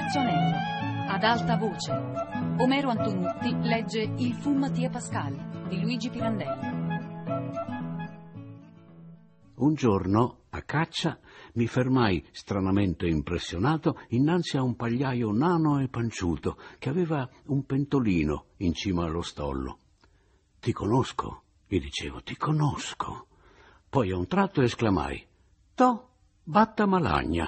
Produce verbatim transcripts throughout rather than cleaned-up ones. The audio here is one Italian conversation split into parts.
Terzo anello. Ad alta voce. Omero Antonutti legge Il fu Mattia Pascal di Luigi Pirandelli. Un giorno, a caccia, mi fermai stranamente impressionato innanzi a un pagliaio nano e panciuto che aveva un pentolino in cima allo stollo. «Ti conosco», gli dicevo, «ti conosco». Poi a un tratto esclamai: «To, Batta Malagna».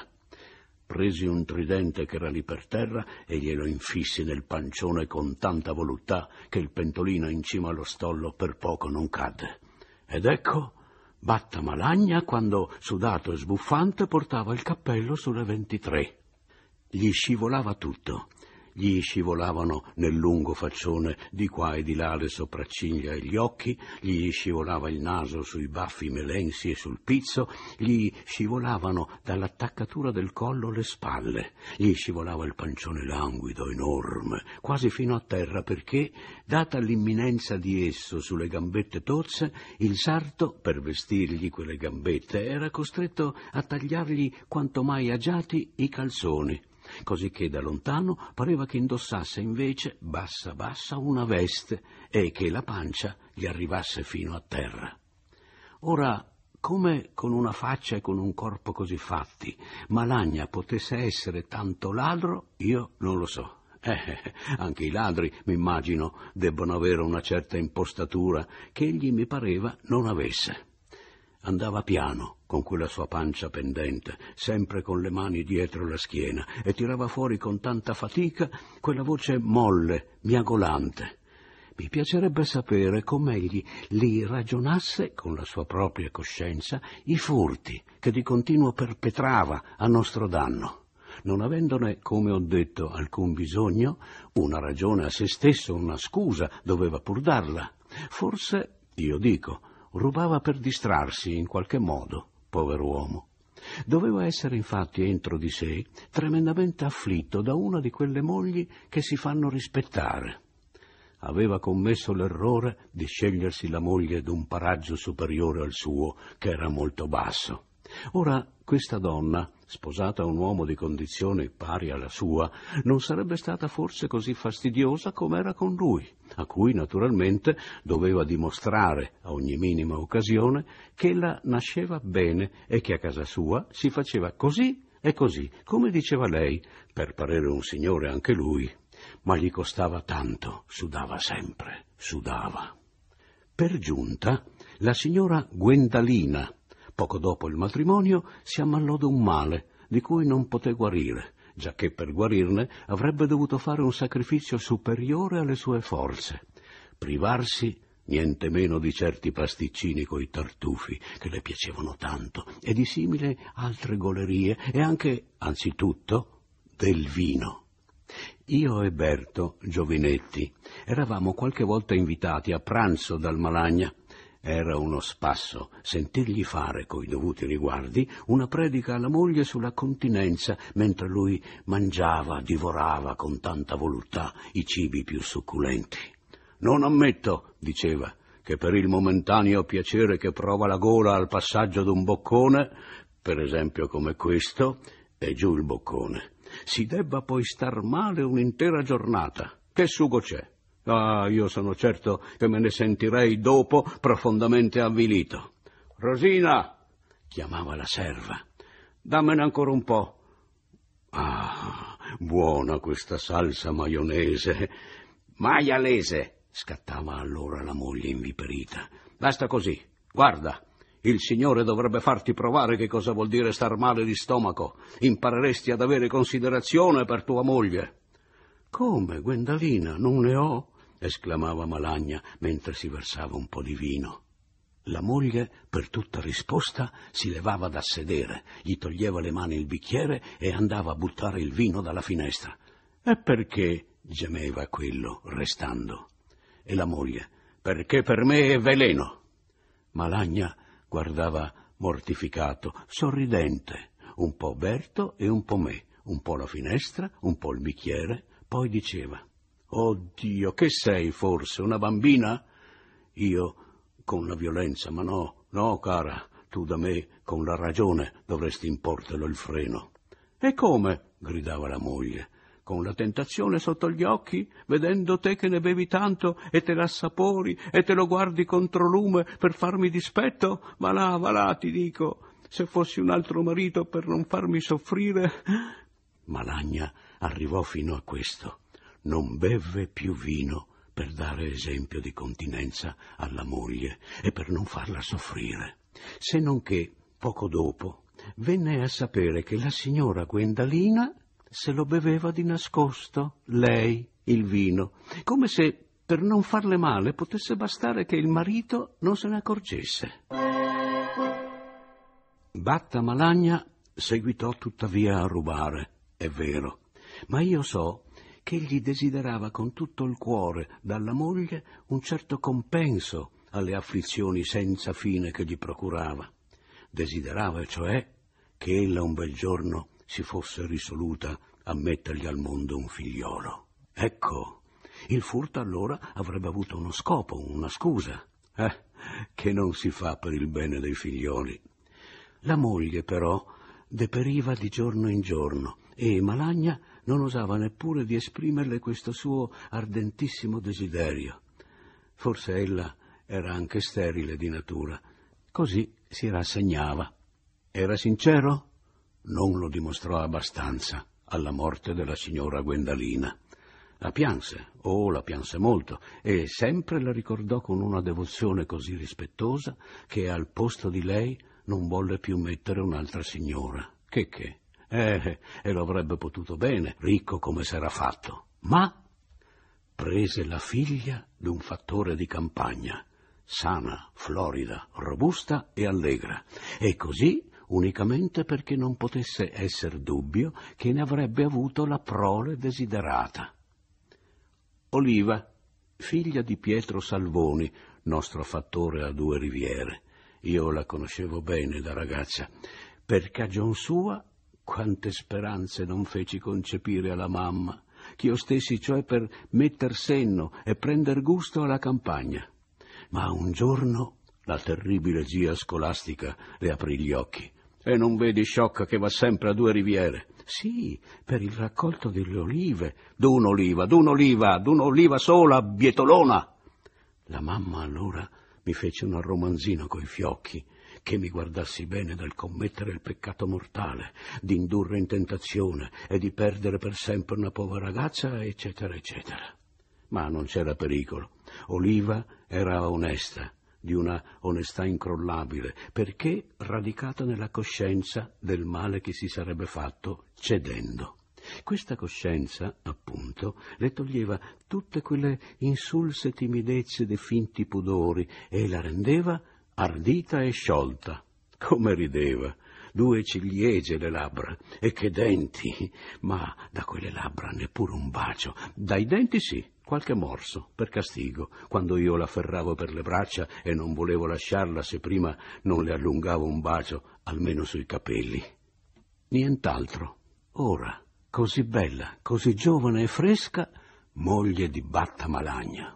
Presi un tridente che era lì per terra e glielo infissi nel pancione con tanta voluttà che il pentolino in cima allo stollo per poco non cadde. Ed ecco Batta Malagna quando, sudato e sbuffante, portava il cappello sulle ventitré. Gli scivolava tutto. Gli scivolavano nel lungo faccione di qua e di là le sopracciglia e gli occhi, gli scivolava il naso sui baffi melensi e sul pizzo, gli scivolavano dall'attaccatura del collo le spalle, gli scivolava il pancione languido, enorme, quasi fino a terra, perché, data l'imminenza di esso sulle gambette tozze, il sarto, per vestirgli quelle gambette, era costretto a tagliargli quanto mai agiati i calzoni, cosicché da lontano pareva che indossasse invece, bassa bassa, una veste e che la pancia gli arrivasse fino a terra. Ora, come con una faccia e con un corpo così fatti Malagna potesse essere tanto ladro, io non lo so. Eh, anche i ladri, mi immagino, debbono avere una certa impostatura che egli mi pareva non avesse. Andava piano, con quella sua pancia pendente, sempre con le mani dietro la schiena, e tirava fuori con tanta fatica quella voce molle, miagolante. Mi piacerebbe sapere com'egli li ragionasse, con la sua propria coscienza, i furti che di continuo perpetrava a nostro danno. Non avendone, come ho detto, alcun bisogno, una ragione a se stesso, una scusa, doveva pur darla. Forse, io dico, rubava per distrarsi in qualche modo, povero uomo. Doveva essere infatti entro di sé tremendamente afflitto da una di quelle mogli che si fanno rispettare. Aveva commesso l'errore di scegliersi la moglie d'un paraggio superiore al suo, che era molto basso. Ora, questa donna, sposata a un uomo di condizione pari alla sua, non sarebbe stata forse così fastidiosa come era con lui, a cui naturalmente doveva dimostrare a ogni minima occasione che ella nasceva bene e che a casa sua si faceva così e così, come diceva lei, per parere un signore anche lui, ma gli costava tanto, sudava sempre, sudava. Per giunta, la signora Gwendalina, poco dopo il matrimonio, si ammalò d'un male di cui non poté guarire, giacché per guarirne avrebbe dovuto fare un sacrificio superiore alle sue forze, privarsi niente meno di certi pasticcini coi tartufi che le piacevano tanto e di simili altre golerie e anche, anzitutto, del vino. Io e Berto, giovinetti, eravamo qualche volta invitati a pranzo dal Malagna. Era uno spasso sentirgli fare, coi dovuti riguardi, una predica alla moglie sulla continenza, mentre lui mangiava, divorava con tanta voluttà i cibi più succulenti. «Non ammetto», diceva, «che per il momentaneo piacere che prova la gola al passaggio d'un boccone, per esempio come questo, e giù il boccone, si debba poi star male un'intera giornata. Che sugo c'è? Ah, io sono certo che me ne sentirei dopo profondamente avvilito». «Rosina», chiamava la serva, «dammene ancora un po'». «Ah, buona questa salsa maionese». «Maialese», scattava allora la moglie inviperita. «Basta così, guarda, il Signore dovrebbe farti provare che cosa vuol dire star male di stomaco. Impareresti ad avere considerazione per tua moglie». «Come, Gwendalina, non ne ho?» esclamava Malagna mentre si versava un po' di vino. La moglie, per tutta risposta, si levava da sedere, gli toglieva le mani il bicchiere e andava a buttare il vino dalla finestra. «E perché?» gemeva quello, restando. E la moglie: «Perché per me è veleno». Malagna guardava mortificato, sorridente, un po' Berto e un po' me, un po' la finestra, un po' il bicchiere, poi diceva: «Oh Dio, che sei forse, una bambina?» Io, con la violenza: «Ma no, no, cara, tu da me, con la ragione, dovresti importelo il freno». «E come?» gridava la moglie. con la tentazione sotto gli occhi, vedendo te che ne bevi tanto e te l'assapori e te lo guardi contro lume per farmi dispetto? Va là, va là, ti dico, se fossi un altro marito per non farmi soffrire. Malagna arrivò fino a questo. Non bevve più vino per dare esempio di continenza alla moglie e per non farla soffrire. Se non che, poco dopo, venne a sapere che la signora Gwendalina se lo beveva di nascosto, lei, il vino, come se per non farle male potesse bastare che il marito non se ne accorgesse. Batta Malagna seguitò tuttavia a rubare, è vero, ma io so che egli desiderava con tutto il cuore dalla moglie un certo compenso alle afflizioni senza fine che gli procurava. Desiderava, cioè, che ella un bel giorno si fosse risoluta a mettergli al mondo un figliolo. Ecco, il furto allora avrebbe avuto uno scopo, una scusa, eh, che non si fa per il bene dei figlioli. La moglie, però, deperiva di giorno in giorno e Malagna non osava neppure di esprimerle questo suo ardentissimo desiderio. Forse ella era anche sterile di natura. Così si rassegnava. Era sincero? Non lo dimostrò abbastanza alla morte della signora Gwendalina. La pianse, oh, la pianse molto, e sempre la ricordò con una devozione così rispettosa che al posto di lei non volle più mettere un'altra signora. Che che? Eh, e lo avrebbe potuto bene, ricco come s'era fatto. Ma prese la figlia d'un fattore di campagna, sana, florida, robusta e allegra, e così unicamente perché non potesse esser dubbio che ne avrebbe avuto la prole desiderata. Oliva, figlia di Pietro Salvoni, nostro fattore a Due Riviere. Io la conoscevo bene da ragazza. Per cagion sua, quante speranze non feci concepire alla mamma, ch'io stessi cioè per metter senno e prender gusto alla campagna. Ma un giorno la terribile zia scolastica le aprì gli occhi. E non vedi, sciocca, che va sempre a Due Riviere? Sì, per il raccolto delle olive. D'un'oliva, d'un'oliva, d'un'oliva sola, bietolona. La mamma allora mi fece un romanzino coi fiocchi, che mi guardassi bene dal commettere il peccato mortale, di indurre in tentazione e di perdere per sempre una povera ragazza, eccetera, eccetera. Ma non c'era pericolo. Oliva era onesta, di una onestà incrollabile, perché radicata nella coscienza del male che si sarebbe fatto cedendo. Questa coscienza, appunto, le toglieva tutte quelle insulse timidezze dei finti pudori e la rendeva ardita e sciolta. Come rideva! Due ciliegie le labbra, e che denti! Ma da quelle labbra neppure un bacio. Dai denti sì, qualche morso, per castigo, quando io la afferravo per le braccia e non volevo lasciarla se prima non le allungavo un bacio, almeno sui capelli. Nient'altro. Ora, così bella, così giovane e fresca, moglie di Batta Malagna.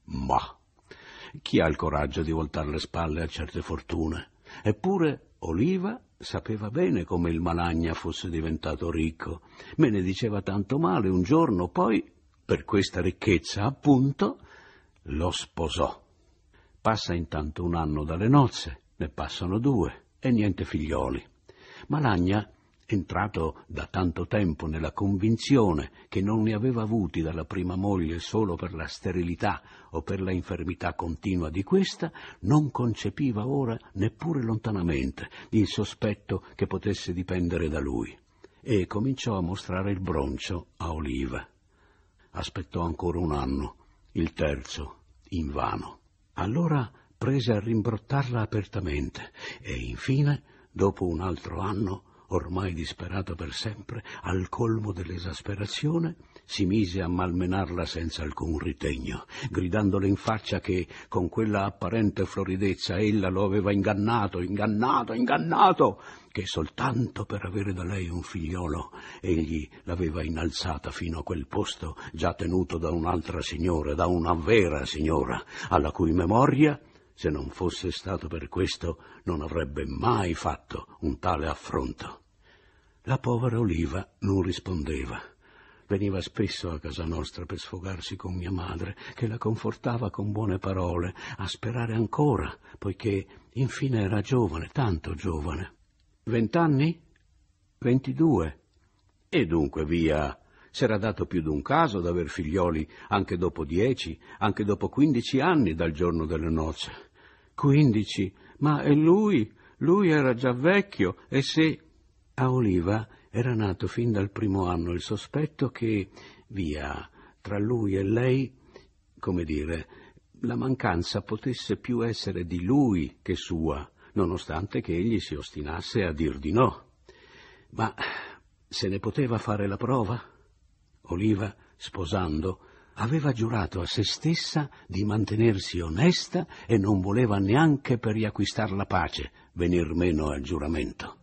Ma chi ha il coraggio di voltar le spalle a certe fortune? Eppure Oliva sapeva bene come il Malagna fosse diventato ricco. Me ne diceva tanto male un giorno, poi, per questa ricchezza, appunto, lo sposò. Passa intanto un anno dalle nozze, ne passano due, e niente figlioli. Malagna, entrato da tanto tempo nella convinzione che non ne aveva avuti dalla prima moglie solo per la sterilità o per la infermità continua di questa, non concepiva ora neppure lontanamente il sospetto che potesse dipendere da lui, e cominciò a mostrare il broncio a Oliva. Aspettò ancora un anno, il terzo, invano. Allora prese a rimbrottarla apertamente e infine, dopo un altro anno, ormai disperato per sempre, al colmo dell'esasperazione, si mise a malmenarla senza alcun ritegno, gridandole in faccia che, con quella apparente floridezza, ella lo aveva ingannato, ingannato, ingannato, che soltanto per avere da lei un figliolo egli l'aveva innalzata fino a quel posto già tenuto da un'altra signora, da una vera signora, alla cui memoria, se non fosse stato per questo, non avrebbe mai fatto un tale affronto. La povera Oliva non rispondeva. Veniva spesso a casa nostra per sfogarsi con mia madre, che la confortava con buone parole, a sperare ancora, poiché infine era giovane, tanto giovane. Vent'anni? Ventidue. E dunque via, s'era dato più d'un caso d'aver figlioli anche dopo dieci, anche dopo quindici anni dal giorno delle nozze. Quindici? Ma e lui? Lui era già vecchio, e se... A Oliva era nato fin dal primo anno il sospetto che, via, tra lui e lei, come dire, la mancanza potesse più essere di lui che sua, nonostante che egli si ostinasse a dir di no. Ma se ne poteva fare la prova? Oliva, sposando, aveva giurato a se stessa di mantenersi onesta e non voleva neanche per riacquistar la pace venir meno al giuramento.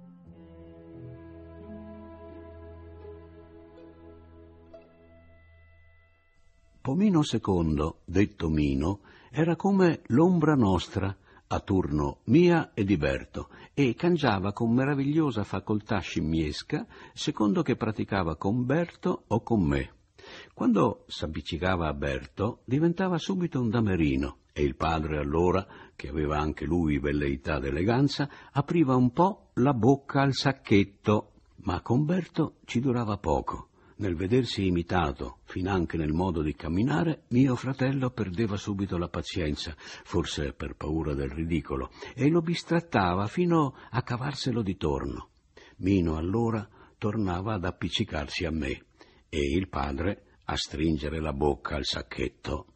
Pomino secondo, detto Mino, era come l'ombra nostra, a turno mia e di Berto, e cangiava con meravigliosa facoltà scimmiesca, secondo che praticava con Berto o con me. Quando s'avvicinava a Berto, diventava subito un damerino, e il padre allora, che aveva anche lui velleità d'eleganza, apriva un po' la bocca al sacchetto, ma con Berto ci durava poco. Nel vedersi imitato, finanche nel modo di camminare, mio fratello perdeva subito la pazienza, forse per paura del ridicolo, e lo bistrattava fino a cavarselo di torno. Mino allora tornava ad appiccicarsi a me e il padre a stringere la bocca al sacchetto.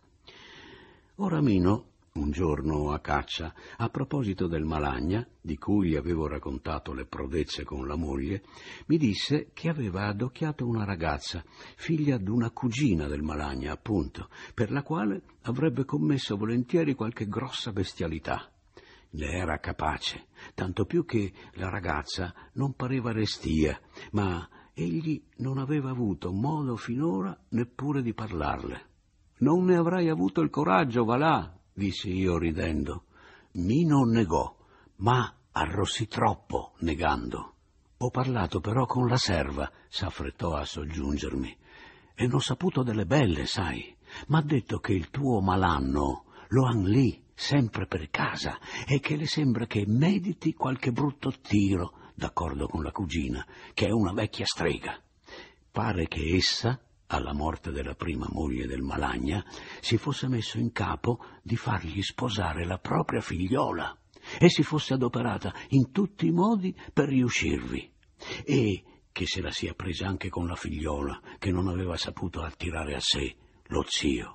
Ora Mino, un giorno a caccia, a proposito del Malagna, di cui gli avevo raccontato le prodezze con la moglie, mi disse che aveva adocchiato una ragazza, figlia d'una cugina del Malagna, appunto, per la quale avrebbe commesso volentieri qualche grossa bestialità. Ne era capace, tanto più che la ragazza non pareva restia, ma egli non aveva avuto modo finora neppure di parlarle. «Non ne avrai avuto il coraggio, va là», dissi io ridendo. Mino negò, ma arrossì troppo negando. Ho parlato però con la serva, s'affrettò a soggiungermi, e n'ho saputo delle belle, sai. M'ha detto che il tuo malanno lo han lì, sempre per casa, e che le sembra che mediti qualche brutto tiro, d'accordo con la cugina, che è una vecchia strega. Pare che essa, alla morte della prima moglie del Malagna, si fosse messo in capo di fargli sposare la propria figliola e si fosse adoperata in tutti i modi per riuscirvi, e che se la sia presa anche con la figliola, che non aveva saputo attirare a sé lo zio.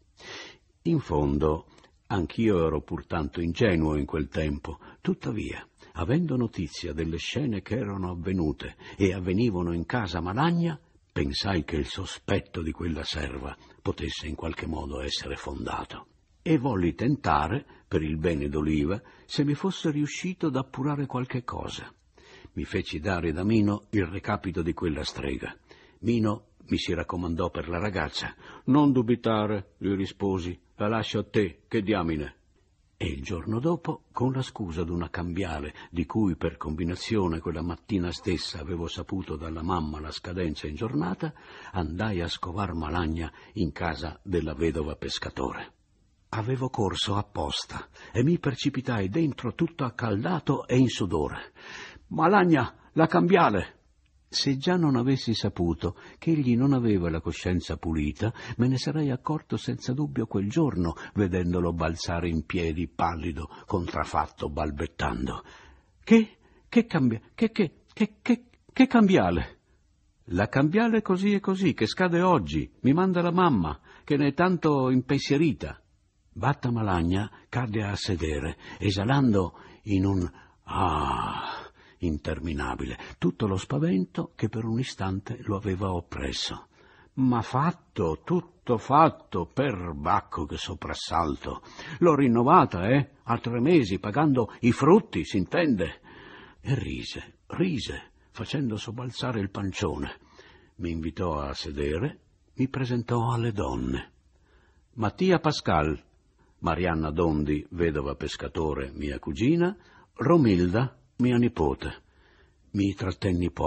In fondo, anch'io ero pur tanto ingenuo in quel tempo, tuttavia, avendo notizia delle scene che erano avvenute e avvenivano in casa Malagna, pensai che il sospetto di quella serva potesse in qualche modo essere fondato, e volli tentare, per il bene d'Oliva, se mi fosse riuscito ad appurare qualche cosa. Mi feci dare da Mino il recapito di quella strega. Mino mi si raccomandò per la ragazza. «Non dubitare», gli risposi, «la lascio a te, che diamine». E il giorno dopo, con la scusa d'una cambiale, di cui per combinazione quella mattina stessa avevo saputo dalla mamma la scadenza in giornata, andai a scovar Malagna in casa della vedova pescatore. Avevo corso apposta e mi precipitai dentro tutto accaldato e in sudore. «Malagna, la cambiale!» Se già non avessi saputo che egli non aveva la coscienza pulita, me ne sarei accorto senza dubbio quel giorno, vedendolo balzare in piedi, pallido, contraffatto, balbettando. «Che? Che cambia? Che, che, che, che, che cambiale?» «La cambiale così e così, che scade oggi. Mi manda la mamma, che ne è tanto impensierita». Batta Malagna cadde a sedere, esalando in un «ah» interminabile tutto lo spavento che per un istante lo aveva oppresso. «Ma fatto, tutto fatto, per bacco che soprassalto! L'ho rinnovata, eh, a tre mesi, pagando i frutti, s'intende!» E rise, rise, facendo sobbalzare il pancione. Mi invitò a sedere, mi presentò alle donne. Mattia Pascal, Marianna Dondi, vedova pescatore, mia cugina, Romilda, mia nipote. Mi trattenni poco,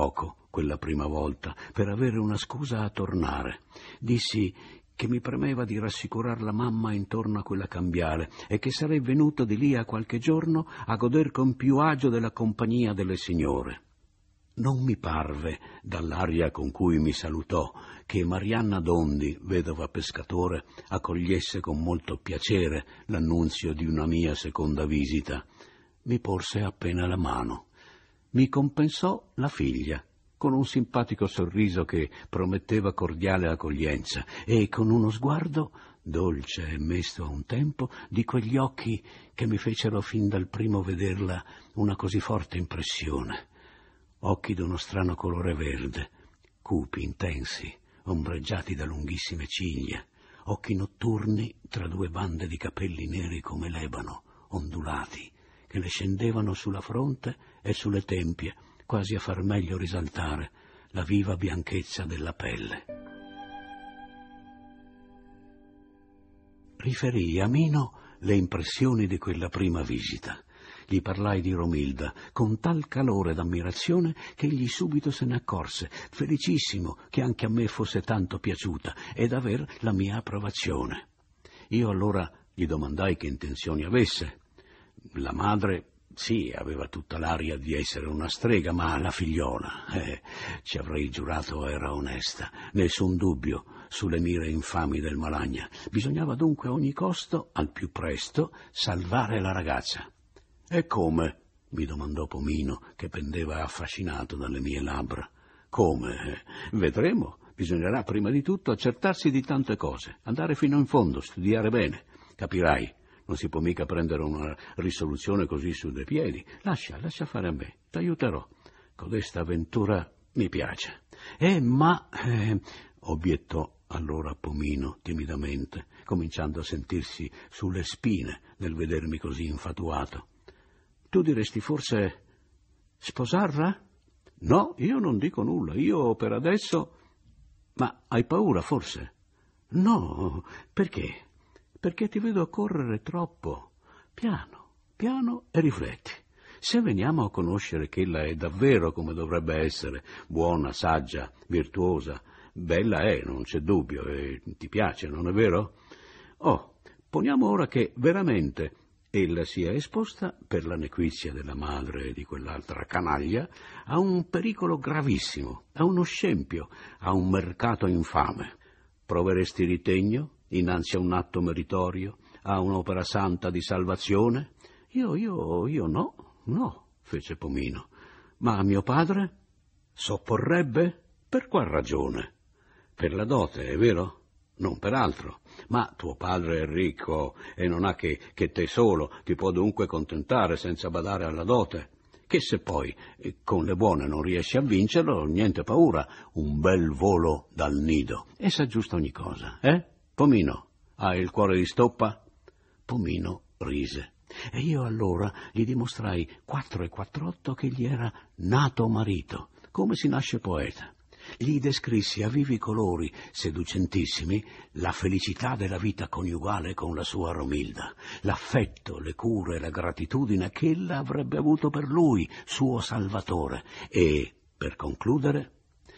quella prima volta per avere una scusa a tornare. Dissi che mi premeva di rassicurar la mamma intorno a quella cambiale e che sarei venuto di lì a qualche giorno a goder con più agio della compagnia delle signore. Non mi parve, dall'aria con cui mi salutò, che Marianna Dondi, vedova pescatore, accogliesse con molto piacere l'annunzio di una mia seconda visita. Mi porse appena la mano. Mi compensò la figlia, con un simpatico sorriso che prometteva cordiale accoglienza e con uno sguardo, dolce e mesto a un tempo, di quegli occhi che mi fecero fin dal primo vederla una così forte impressione. Occhi d'uno strano colore verde, cupi, intensi, ombreggiati da lunghissime ciglia, occhi notturni tra due bande di capelli neri come l'ebano, ondulati, che le scendevano sulla fronte e sulle tempie, quasi a far meglio risaltare la viva bianchezza della pelle. Riferii a Mino le impressioni di quella prima visita. Gli parlai di Romilda con tal calore d'ammirazione che egli subito se ne accorse, felicissimo che anche a me fosse tanto piaciuta ed aver la mia approvazione. Io allora gli domandai che intenzioni avesse. La madre, sì, aveva tutta l'aria di essere una strega, ma la figliola, eh, ci avrei giurato era onesta, nessun dubbio sulle mire infami del Malagna. Bisognava dunque a ogni costo, al più presto, salvare la ragazza. «E come?» mi domandò Pomino, che pendeva affascinato dalle mie labbra. «Come? Vedremo. Bisognerà prima di tutto accertarsi di tante cose, andare fino in fondo, studiare bene. Capirai, non si può mica prendere una risoluzione così su due piedi. Lascia, lascia fare a me, t'aiuterò. Codesta avventura mi piace». «Eh, ma...» eh, obiettò allora Pomino timidamente, cominciando a sentirsi sulle spine nel vedermi così infatuato. «Tu diresti forse sposarla?» «No, io non dico nulla, io per adesso...» «Ma hai paura forse?» «No, perché? Perché ti vedo correre troppo. Piano, piano e rifletti. Se veniamo a conoscere che ella è davvero come dovrebbe essere, buona, saggia, virtuosa, bella è, non c'è dubbio, e ti piace, non è vero? Oh, poniamo ora che veramente ella sia esposta, per la nequizia della madre e di quell'altra canaglia, a un pericolo gravissimo, a uno scempio, a un mercato infame. Proveresti ritegno innanzi a un atto meritorio, a un'opera santa di salvazione? Io, io, io no, no, fece Pomino. Ma mio padre s'opporrebbe? Per qual ragione? Per la dote, è vero? Non per altro. Ma tuo padre è ricco e non ha che, che te solo, ti può dunque contentare senza badare alla dote. Che se poi eh, con le buone non riesci a vincerlo, niente paura, un bel volo dal nido. E s'aggiusta ogni cosa, eh? Pomino, hai il cuore di stoppa? Pomino rise. E io allora gli dimostrai quattro e quattr'otto che gli era nato marito, come si nasce poeta. Gli descrissi a vivi colori, seducentissimi, la felicità della vita coniugale con la sua Romilda, l'affetto, le cure e la gratitudine che ella avrebbe avuto per lui, suo salvatore. E, per concludere,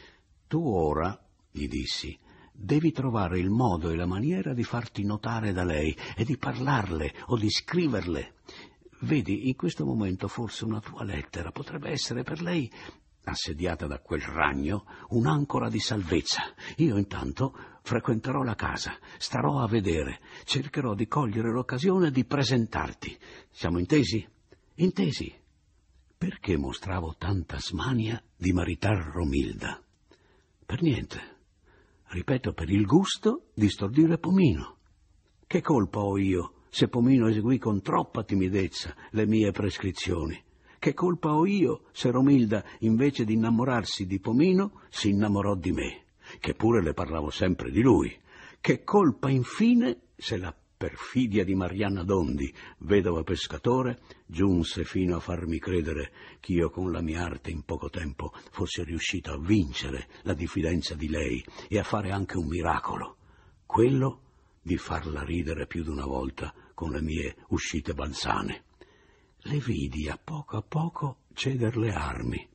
tu ora, gli dissi, devi trovare il modo e la maniera di farti notare da lei e di parlarle o di scriverle. Vedi, in questo momento forse una tua lettera potrebbe essere per lei, assediata da quel ragno, un'ancora di salvezza. Io intanto frequenterò la casa, starò a vedere, cercherò di cogliere l'occasione di presentarti. Siamo intesi? Intesi. Perché mostravo tanta smania di maritar Romilda? Per niente. Ripeto, per il gusto di stordire Pomino. Che colpa ho io se Pomino eseguì con troppa timidezza le mie prescrizioni? Che colpa ho io se Romilda, invece di innamorarsi di Pomino, si innamorò di me, che pure le parlavo sempre di lui? Che colpa, infine, se la perfidia di Marianna Dondi, vedova pescatore, giunse fino a farmi credere ch'io con la mia arte in poco tempo fossi riuscito a vincere la diffidenza di lei e a fare anche un miracolo, quello di farla ridere più d'una volta con le mie uscite balzane. Le vidi a poco a poco ceder le armi.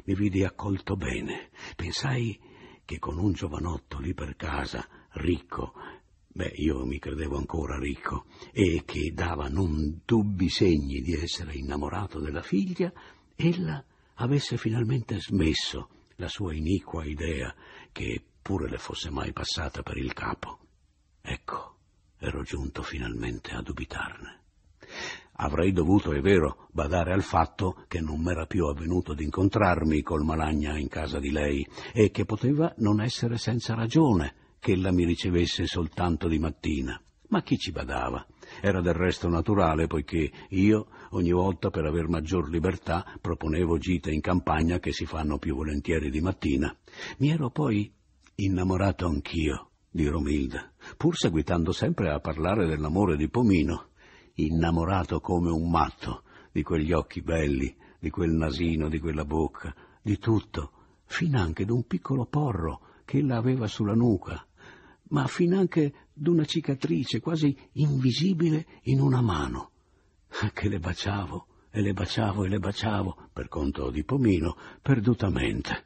mi vidi accolto bene. Pensai che con un giovanotto lì per casa, ricco, beh, io mi credevo ancora ricco, e che dava non dubbi segni di essere innamorato della figlia, ella avesse finalmente smesso la sua iniqua idea, che pure le fosse mai passata per il capo. Ecco, ero giunto finalmente a dubitarne. Avrei dovuto, è vero, badare al fatto che non m'era più avvenuto d'incontrarmi col Malagna in casa di lei e che poteva non essere senza ragione che ella mi ricevesse soltanto di mattina. Ma chi ci badava? Era del resto naturale, poiché io, ogni volta per aver maggior libertà, proponevo gite in campagna che si fanno più volentieri di mattina. Mi ero poi innamorato anch'io di Romilda, pur seguitando sempre a parlare dell'amore di Pomino. Innamorato come un matto di quegli occhi belli, di quel nasino, di quella bocca, di tutto, finanche d'un piccolo porro che ella aveva sulla nuca, ma finanche d'una cicatrice quasi invisibile in una mano, che le baciavo e le baciavo e le baciavo, per conto di Pomino, perdutamente.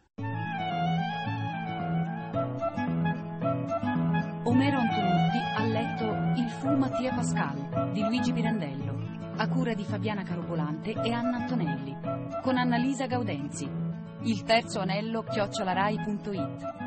Omero Antonutti ha letto Il fu Mattia Pascal di Luigi Pirandello, a cura di Fabiana Carobolante e Anna Antonelli, con Annalisa Gaudenzi. Il terzo anello chiocciolarai punto it.